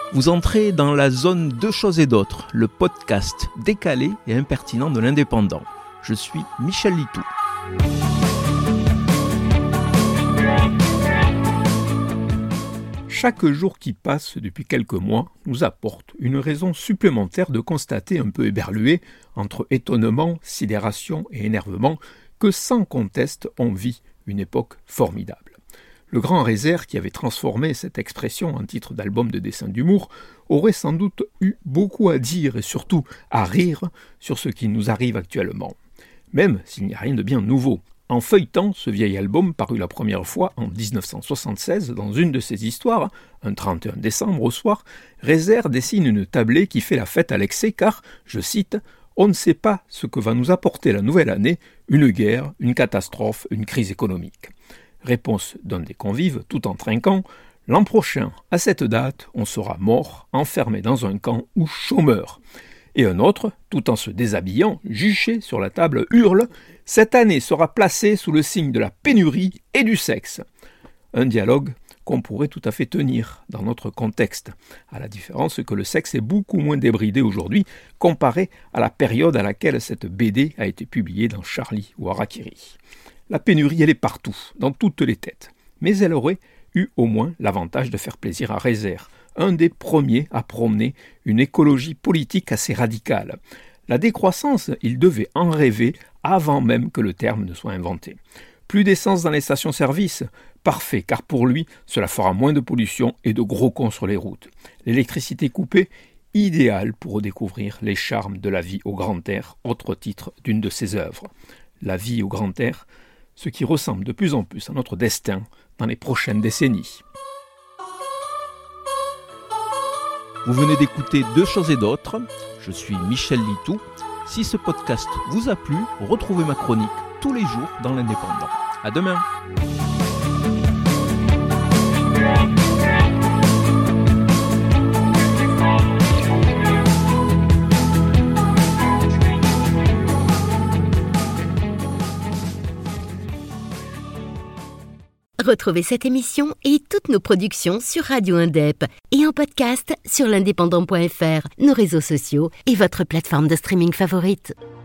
Vous entrez dans la zone Deux choses et d'autres, le podcast décalé et impertinent de l'Indépendant. Je suis Michel Litou. Chaque jour qui passe depuis quelques mois nous apporte une raison supplémentaire de constater un peu éberlué, entre étonnement, sidération et énervement, que sans conteste on vit une époque formidable. Le grand Rézère, qui avait transformé cette expression en titre d'album de dessin d'humour, aurait sans doute eu beaucoup à dire et surtout à rire sur ce qui nous arrive actuellement. Même s'il n'y a rien de bien nouveau. En feuilletant ce vieil album paru la première fois en 1976 dans une de ses histoires, un 31 décembre au soir, Rézère dessine une tablée qui fait la fête à l'excès car, je cite, « On ne sait pas ce que va nous apporter la nouvelle année, une guerre, une catastrophe, une crise économique. » Réponse d'un des convives, tout en trinquant, « L'an prochain, à cette date, on sera mort, enfermé dans un camp ou chômeur. » Et un autre, tout en se déshabillant, juché sur la table, hurle « Cette année sera placée sous le signe de la pénurie et du sexe. » Un dialogue qu'on pourrait tout à fait tenir dans notre contexte, à la différence que le sexe est beaucoup moins débridé aujourd'hui comparé à la période à laquelle cette BD a été publiée dans Charlie ou Harakiri. La pénurie, elle est partout, dans toutes les têtes. Mais elle aurait eu au moins l'avantage de faire plaisir à Rézère, un des premiers à prôner une écologie politique assez radicale. La décroissance, il devait en rêver avant même que le terme ne soit inventé. Plus d'essence dans les stations-service, parfait, car pour lui, cela fera moins de pollution et de gros cons sur les routes. L'électricité coupée, idéal pour redécouvrir les charmes de la vie au grand air, autre titre d'une de ses œuvres. La vie au grand air, ce qui ressemble de plus en plus à notre destin dans les prochaines décennies. Vous venez d'écouter Deux choses et d'autres. Je suis Michel Litou. Si ce podcast vous a plu, retrouvez ma chronique tous les jours dans l'Indépendant. À demain. Retrouvez cette émission et toutes nos productions sur Radio Indep et en podcast sur l'indépendant.fr, nos réseaux sociaux et votre plateforme de streaming favorite.